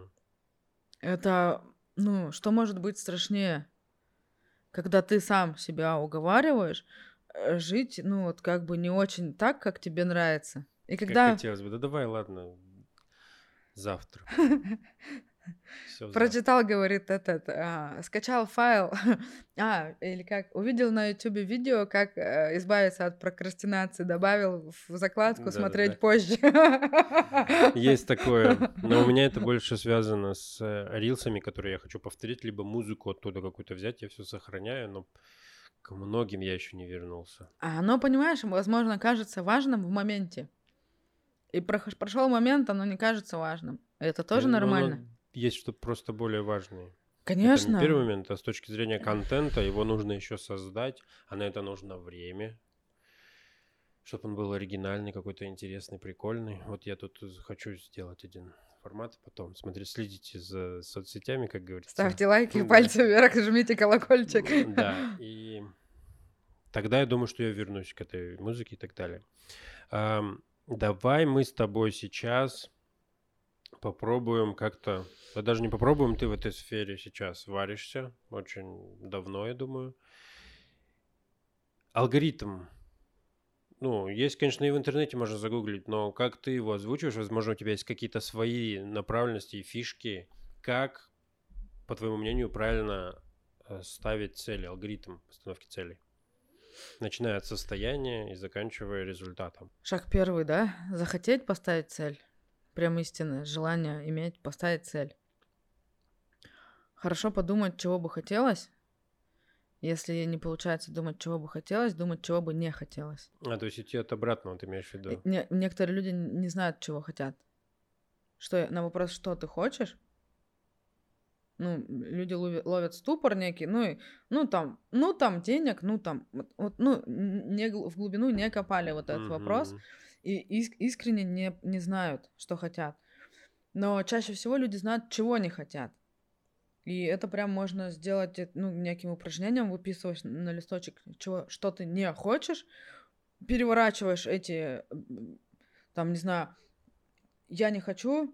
Это, ну, что может быть страшнее, когда ты сам себя уговариваешь жить, ну вот как бы не очень так, как тебе нравится. И Как когда хотелось бы. Да давай, ладно, завтра. Все завтра. прочитал, говорит, скачал файл, или как, увидел на ютубе видео, как избавиться от прокрастинации, добавил в закладку «Смотреть позже». Есть такое, но у меня это больше связано с рилсами, которые я хочу повторить, либо музыку оттуда какую-то взять, я все сохраняю, но к многим я еще не вернулся. А оно, понимаешь, возможно, кажется важным в моменте. И прошел момент, оно не кажется важным. Это тоже нормально. Есть что-то просто более важное. Конечно. Это не первый момент, а с точки зрения контента его нужно еще создать, а на это нужно время, чтобы он был оригинальный, какой-то интересный, прикольный. Вот я тут хочу сделать один формат потом. Смотрите, следите за соцсетями, как говорится. Ставьте лайки, пальцы вверх, жмите колокольчик. Да, и тогда я думаю, что я вернусь к этой музыке и так далее. Давай мы с тобой сейчас попробуем как-то... Да даже не попробуем, ты в этой сфере сейчас варишься. Очень давно, я думаю. Алгоритм. Ну, есть, конечно, и в интернете можно загуглить, но как ты его озвучиваешь, возможно, у тебя есть какие-то свои направленности и фишки. Как, по твоему мнению, правильно ставить цели, алгоритм постановки целей? Начиная от состояния и заканчивая результатом. Шаг первый, да? Захотеть поставить цель. Прям истинное желание иметь, поставить цель. Хорошо подумать, чего бы хотелось. Если не получается думать, чего бы хотелось, думать, чего бы не хотелось. То есть идти от обратного, ты имеешь в виду? Некоторые люди не знают, чего хотят. На вопрос, что ты хочешь, ну, люди ловят ступор некий, ну там денег, в глубину не копали вот этот вопрос и искренне не знают, что хотят. Но чаще всего люди знают, чего не хотят. И это прям можно сделать, неким упражнением, выписываешь на листочек, что ты не хочешь, переворачиваешь эти, там, не знаю, я не хочу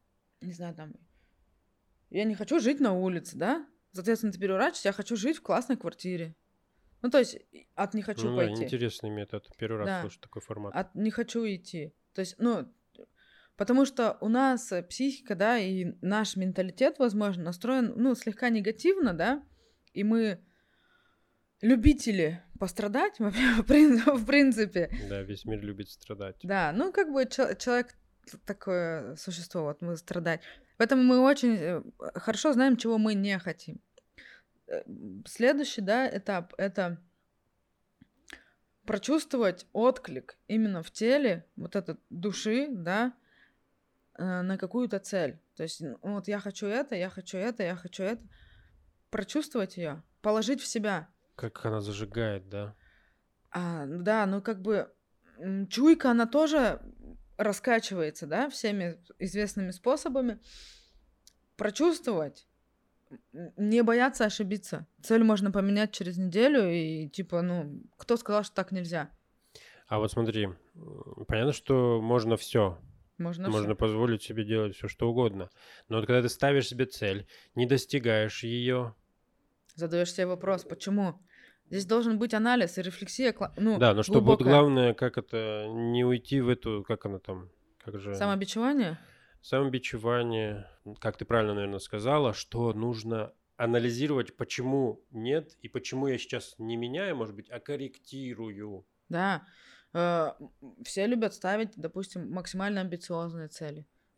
жить на улице, да? Соответственно, ты переворачиваешь, я хочу жить в классной квартире. Ну, то есть от не хочу пойти. Да, интересный метод. Первый раз слышу такой формат. От не хочу идти. То есть, потому что у нас психика, да, и наш менталитет, возможно, настроен, слегка негативно, да, и мы любители пострадать, в принципе. Да, весь мир любит страдать. Да, как бы человек такое существо, вот мы страдать. Поэтому мы очень хорошо знаем, чего мы не хотим. Следующий, да, этап — это прочувствовать отклик именно в теле, вот этот души, да, на какую-то цель. То есть, вот я хочу это, я хочу это, я хочу это. Прочувствовать ее, положить в себя. Как она зажигает, да? Да, как бы чуйка, она тоже раскачивается, да, всеми известными способами. Прочувствовать, не бояться ошибиться. Цель можно поменять через неделю, и кто сказал, что так нельзя? А вот смотри, понятно, что можно все. Можно позволить себе делать все, что угодно. Но вот когда ты ставишь себе цель, не достигаешь ее... Задаешь себе вопрос, почему? Здесь должен быть анализ и рефлексия, Да, но чтобы вот главное, как это, не уйти в эту, как она там, как же... Самобичевание? Самобичевание, как ты правильно, наверное, сказала, что нужно анализировать, почему нет и почему я сейчас не меняю, может быть, а корректирую. Да. Все любят ставить, допустим, максимально амбициозные цели.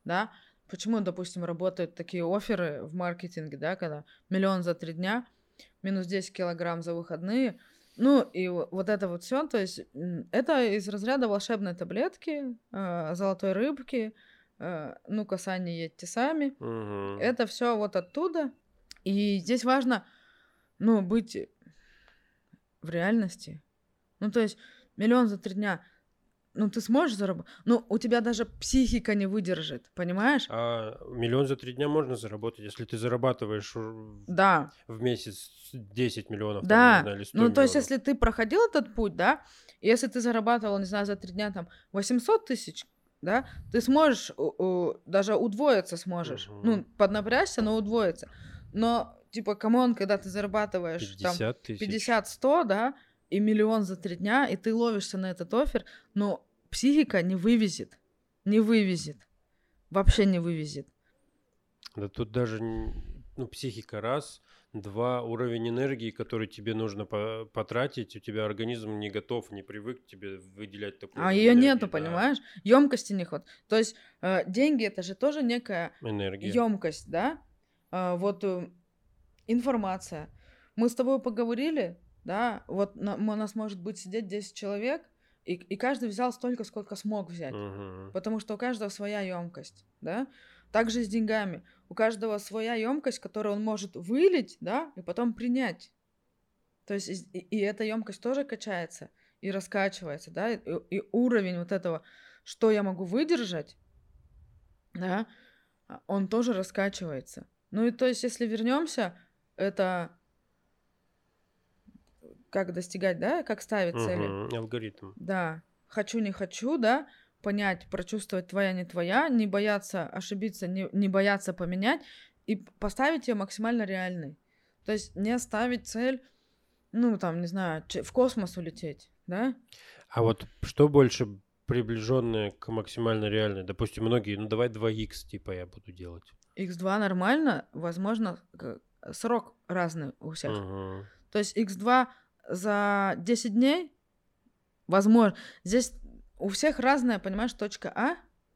да? Почему, допустим, работают такие офферы в маркетинге, да, когда 1 миллион за 3 дня, минус 10 килограмм за выходные, ну, и вот это вот все, то есть это из разряда волшебной таблетки, золотой рыбки, ну-ка, сани едьте сами. Мгм. Это все вот оттуда. И здесь важно, ну, быть в реальности. Ну, то есть 1 миллион за 3 дня. Ну, ты сможешь заработать? Ну, у тебя даже психика не выдержит, понимаешь? А 1 миллион за 3 дня можно заработать, если ты зарабатываешь Да, в месяц 10 миллионов, там, я не да. знаю, или 100 Ну, то есть, миллионов. если ты проходил этот путь, да, и если ты зарабатывал, не знаю, за 3 дня там 800 тысяч, да, ты сможешь, даже удвоиться сможешь. Ну, Мгм. поднапрячься, но удвоиться. Но, типа, камон, когда ты зарабатываешь там 50 тысяч. 50-100, да, и 1 миллион за 3 дня, и ты ловишься на этот оффер, но психика не вывезет. Не вывезет. Вообще не вывезет. Да тут даже, ну, психика раз, два, уровень энергии, который тебе нужно потратить, у тебя организм не готов, не привык тебе выделять такой А уровень ее энергии, нету, да, понимаешь? Емкости не хватает. То есть деньги это же тоже некая энергия. емкость, да? Вот информация. Мы с тобой поговорили, да? Вот у нас может быть сидеть 10 человек, и каждый взял столько, сколько смог взять. Мгм. Потому что у каждого своя емкость, да? Также с деньгами. У каждого своя емкость, которую он может вылить, да, и потом принять. То есть и эта емкость тоже качается и раскачивается, да, и уровень вот этого, что я могу выдержать, да, он тоже раскачивается. Ну и то есть, если вернемся, это как достигать, да, как ставить цели. Мгм. Алгоритм. Да, хочу, не хочу, да, понять, прочувствовать твоя, не твоя, не бояться ошибиться, не бояться поменять и поставить ее максимально реальной. То есть не ставить цель, ну, там, не знаю, в космос улететь, да? А вот что больше приближенное к максимально реальной? Допустим, многие, ну давай 2х, типа я буду делать. X2 нормально, возможно, срок разный у всех. Мгм. То есть X2 за 10 дней, возможно, здесь у всех разная, понимаешь, точка А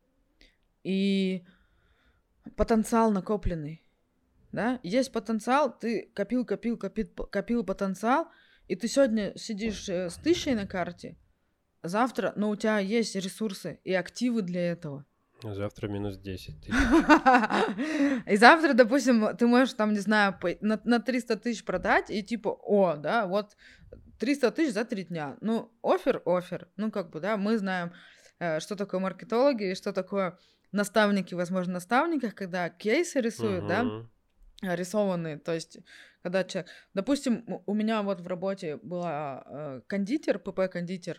и потенциал накопленный, да? Есть потенциал, ты копил потенциал, и ты сегодня сидишь с 1000 на карте, завтра, но у тебя есть ресурсы и активы для этого. Завтра минус 10 тысяч. И завтра, допустим, ты можешь там, не знаю, на 300 тысяч продать, и типа, о, да, вот 300 тысяч за 3 дня. Ну, оффер. Ну, как бы, да, мы знаем, что такое маркетологи и что такое наставники, возможно, наставниках, когда кейсы рисуют, да, Мгм. рисованные. То есть, когда человек... Допустим, у меня вот в работе была кондитер, ПП-кондитер.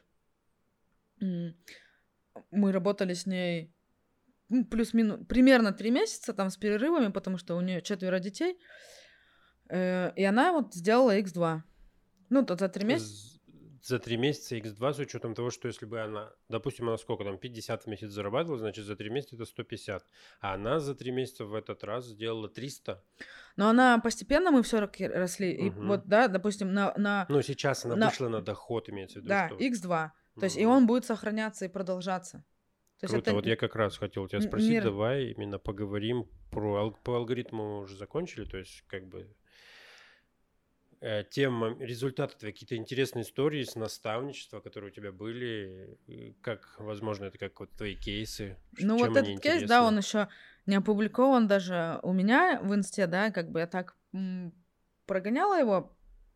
Мы работали с ней плюс-минус примерно 3 месяца, там с перерывами, потому что у нее 4 детей. И она вот сделала X2. Ну, то за 3 месяца. За 3 месяца X2 с учетом того, что если бы она, допустим, она сколько там, 50 в месяц зарабатывала, значит, за 3 месяца это 150. А она за 3 месяца в этот раз сделала 300. Но она постепенно, мы все росли. И Мгм. вот, да, допустим, Ну, сейчас она вышла на доход, имеется в виду, да, что... X2. То есть, и Мгм. он будет сохраняться и продолжаться. То есть Круто. это Вот я как раз хотел тебя спросить, мир. давай именно поговорим по алгоритму мы уже закончили, то есть как бы тема, результаты, какие-то интересные истории с наставничества, которые у тебя были, как, возможно, это как вот твои кейсы, Ну, чем вот они этот кейс, да, он интересны. еще не опубликован даже у меня в инсте, да, как бы я так прогоняла его.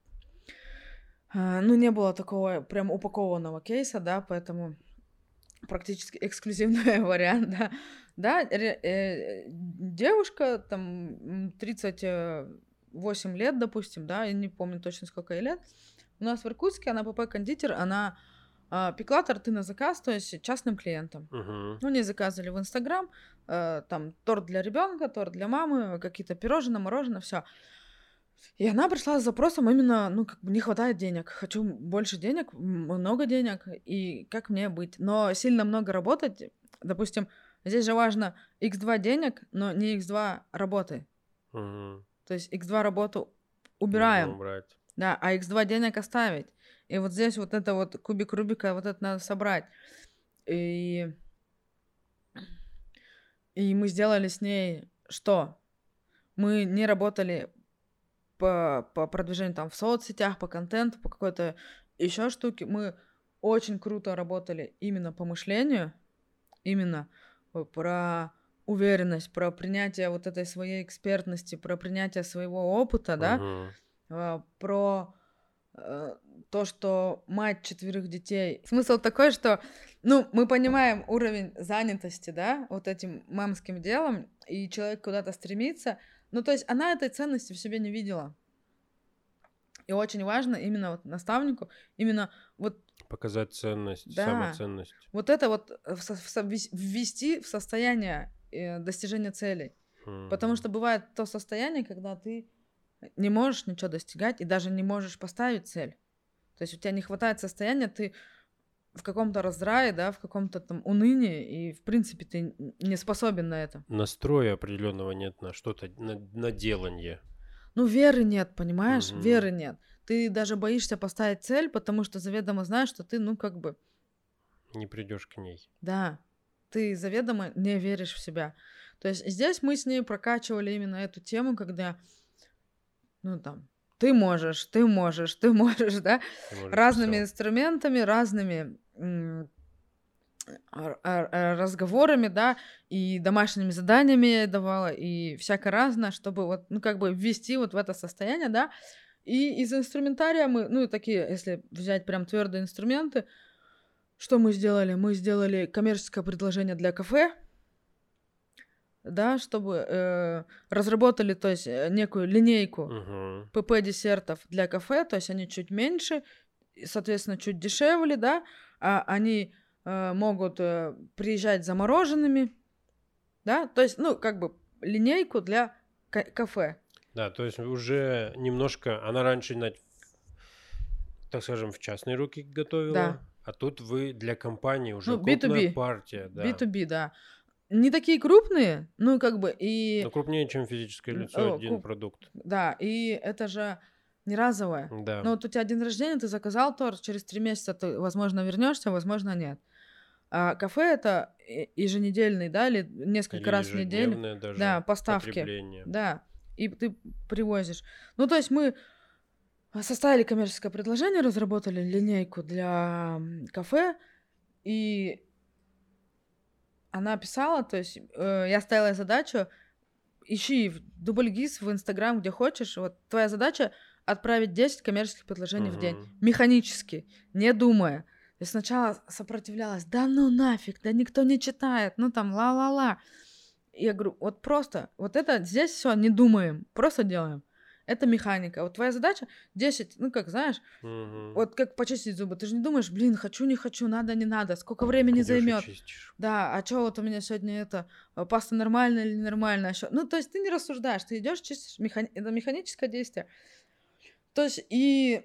Ну, не было такого прям упакованного кейса, да, поэтому практически эксклюзивный вариант, да. Да, девушка, там, 38 лет, допустим, да, я не помню точно, сколько ей лет. У нас в Иркутске она ПП-кондитер, она пекла торты на заказ, то есть частным клиентам. Мгм. Ну, они заказывали в Инстаграм, там, торт для ребенка, торт для мамы, какие-то пирожные, мороженое, все. И она пришла с запросом именно, ну, как бы не хватает денег, хочу больше денег, много денег, и как мне быть? Но сильно много работать, допустим, здесь же важно X2 денег, но не X2 работы. Мгм. То есть X2 работу Нужно убираем, убрать. да, а X2 денег оставить. И вот здесь вот это вот кубик Рубика, вот это надо собрать. И И мы сделали с ней что? Мы не работали по продвижению там в соцсетях, по контенту, по какой-то еще штуке. Мы очень круто работали именно по мышлению, именно про уверенность, про принятие вот этой своей экспертности, про принятие своего опыта, да, про то, что мать 4 детей. Смысл такой, что, мы понимаем уровень занятости, да, вот этим мамским делом, и человек куда-то стремится, то есть она этой ценности в себе не видела. И очень важно именно вот наставнику, именно вот... Показать ценность, да, самоценность. Вот это вот ввести в состояние достижения целей. Потому что бывает то состояние, когда ты не можешь ничего достигать и даже не можешь поставить цель. То есть у тебя не хватает состояния, ты в каком-то раздрае, да, в каком-то там унынии, и в принципе ты не способен на это. Настроя определенного нет на что-то, на делание. Веры нет, понимаешь? Веры нет. Ты даже боишься поставить цель, потому что заведомо знаешь, что ты, не придешь к ней. Да, ты заведомо не веришь в себя. То есть здесь мы с ней прокачивали именно эту тему, когда, ты можешь, да, разными инструментами, разными разговорами, да, и домашними заданиями я давала, и всякое разное, чтобы вот, ввести вот в это состояние, да, и из инструментария мы, такие, если взять прям твердые инструменты, что мы сделали? Мы сделали коммерческое предложение для кафе, да, чтобы разработали, то есть, некую линейку ПП-десертов для кафе, то есть они чуть меньше, соответственно, чуть дешевле, да, они могут приезжать замороженными, да, то есть, линейку для кафе. Да, то есть уже немножко, она раньше, так скажем, в частные руки готовила, да. А тут вы для компании уже крупная партия, да. B2B, да. Не такие крупные, и... Но крупнее, чем физическое лицо, один продукт. Да, и это же не разовое. Да. Вот у тебя день рождения, ты заказал торт, через 3 месяца ты, возможно, вернешься, возможно, нет. А кафе это еженедельный, да, или несколько раз в неделю. Даже да, поставки. Да, и ты привозишь. То есть мы составили коммерческое предложение, разработали линейку для кафе, и она писала, то есть я ставила задачу, ищи дубльгиз в Инстаграм, где хочешь, вот твоя задача отправить 10 коммерческих предложений в день, механически, не думая. Я сначала сопротивлялась, да ну нафиг, да никто не читает, ла-ла-ла. Я говорю, вот просто, вот это здесь все не думаем, просто делаем. Это механика. Вот твоя задача 10, знаешь, вот как почистить зубы. Ты же не думаешь, хочу, не хочу, надо, не надо, сколько времени займет. Да, а что вот у меня сегодня паста нормальная или ненормальная? То есть ты не рассуждаешь, ты идешь, чистишь, это механическое действие. То есть и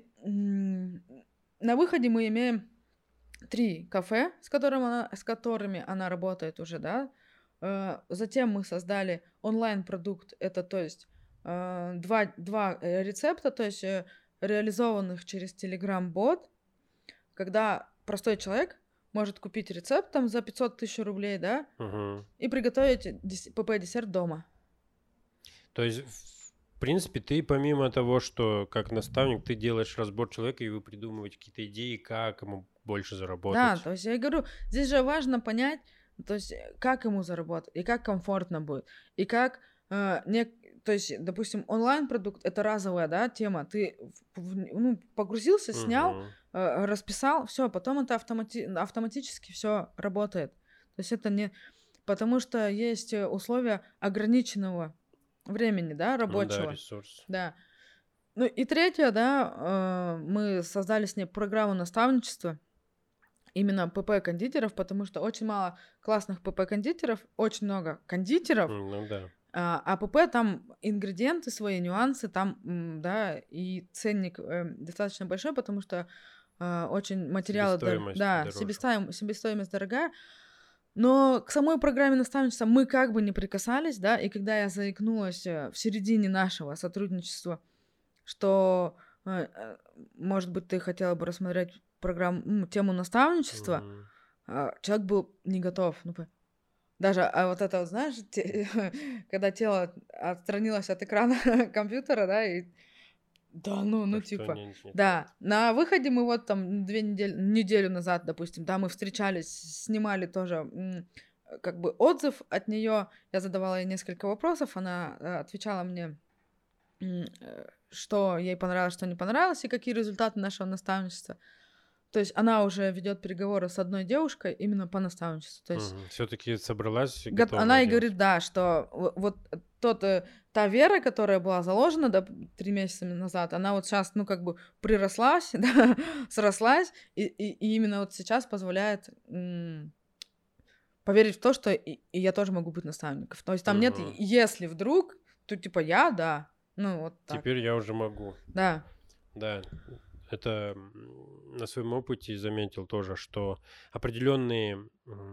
на выходе мы имеем 3 кафе, с которыми она работает уже, да. Затем мы создали онлайн-продукт, это, то есть, 2 рецепта, то есть, реализованных через Telegram-бот, когда простой человек может купить рецепт там за 500 000 рублей, да, и приготовить ПП-десерт дома. То есть, в принципе, ты помимо того, что как наставник, ты делаешь разбор человека, и вы придумываете какие-то идеи, как ему больше заработать. Да, то есть я говорю, здесь же важно понять, то есть как ему заработать, и как комфортно будет, и как, то есть, допустим, онлайн-продукт — это разовая, да, тема, ты погрузился, снял, расписал, все, потом это автоматически все работает. То есть это не... Потому что есть условия ограниченного времени, да, рабочего. Да, ресурс. Да. И третье, да, мы создали с ней программу наставничества, именно ПП-кондитеров, потому что очень мало классных ПП-кондитеров, очень много кондитеров, да. А ПП там ингредиенты свои, нюансы, там, да, и ценник достаточно большой, потому что очень материалы... Себестоимость дорогая. Но к самой программе наставничества мы как бы не прикасались, да, и когда я заикнулась в середине нашего сотрудничества, что, может быть, ты хотела бы рассмотреть тему наставничества, человек был не готов. Даже, вот это вот, знаешь, когда тело отстранилось от экрана компьютера, да, и да, А что типа, не так? да. На выходе мы вот там 2 неделю назад, допустим, да, мы встречались, снимали тоже, как бы отзыв от нее. Я задавала ей несколько вопросов, она, отвечала мне, что ей понравилось, что не понравилось, и какие результаты нашего наставничества. То есть она уже ведет переговоры с одной девушкой именно по наставничеству. То есть Все-таки собралась готовая она и делать. говорит, да, что вот та вера, которая была заложена, да, 3 месяца назад, она вот сейчас, ну, как бы приросла, да, срослась, и именно вот сейчас позволяет поверить в то, что и я тоже могу быть наставником. То есть там нет Мгм. «если вдруг», то типа я, да. Ну, вот так. Теперь я уже могу. Да. Да, это на своем опыте заметил тоже, что определенные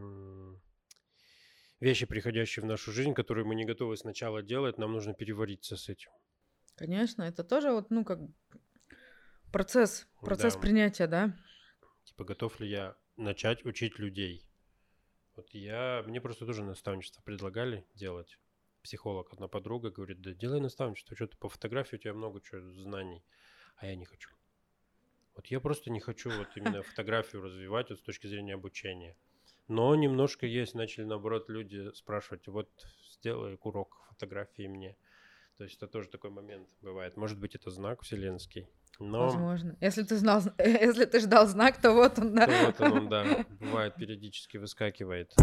вещи, приходящие в нашу жизнь, которые мы не готовы сначала делать, нам нужно перевариться с этим. Конечно, это тоже вот, ну, как процесс Да, принятия, да. типа готов ли я начать учить людей. Вот мне просто тоже наставничество предлагали делать. Психолог, одна подруга говорит, да делай наставничество, что-то по фотографии у тебя много чего знаний, а я не хочу. Вот я просто не хочу вот именно фотографию развивать вот с точки зрения обучения. Но немножко есть, начали наоборот люди спрашивать, вот сделай урок фотографии мне. То есть это тоже такой момент бывает. Может быть, это знак вселенский. Но Возможно. Если ты знал, если ты ждал знак, то вот он, да. то вот он, да, бывает, периодически выскакивает.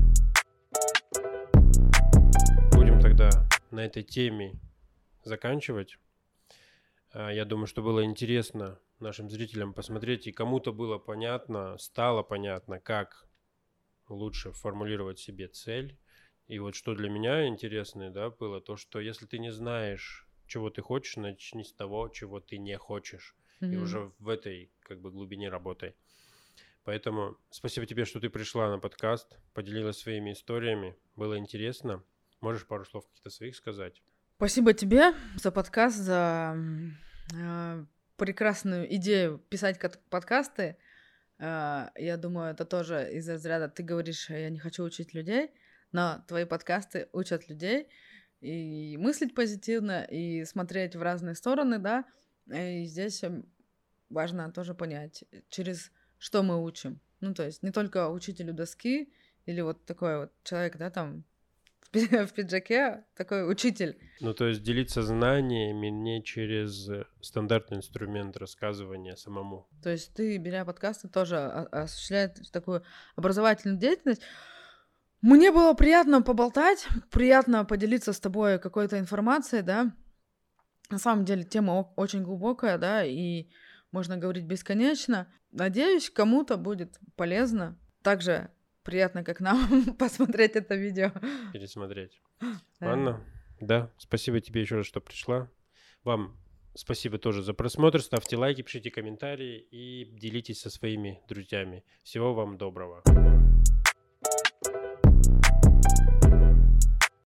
Будем тогда на этой теме заканчивать. Я думаю, что было интересно нашим зрителям посмотреть, и кому-то было понятно, стало понятно, как лучше формулировать себе цель. И вот что для меня интересно, да, было то, что если ты не знаешь, чего ты хочешь, начни с того, чего ты не хочешь. И уже в этой как бы глубине работай. Поэтому спасибо тебе, что ты пришла на подкаст, поделилась своими историями. Было интересно. Можешь пару слов каких-то своих сказать? Спасибо тебе за подкаст, за прекрасную идею писать подкасты. Я думаю, это тоже из разряда ты говоришь, я не хочу учить людей, но твои подкасты учат людей и мыслить позитивно, и смотреть в разные стороны, да. И здесь важно тоже понять, через что мы учим. Ну, то есть не только учителю доски или вот такой вот человек, да, там в пиджаке, такой учитель. Ну, то есть делиться знаниями не через стандартный инструмент рассказывания самому. То есть ты, беря подкасты, тоже осуществляешь такую образовательную деятельность. Мне было приятно поболтать, приятно поделиться с тобой какой-то информацией, да. На самом деле тема очень глубокая, да, и можно говорить бесконечно. Надеюсь, кому-то будет полезно. Также приятно, как нам, посмотреть это видео. Пересмотреть. Да. Ладно, да, спасибо тебе еще раз, что пришла. Вам спасибо тоже за просмотр. Ставьте лайки, пишите комментарии и делитесь со своими друзьями. Всего вам доброго.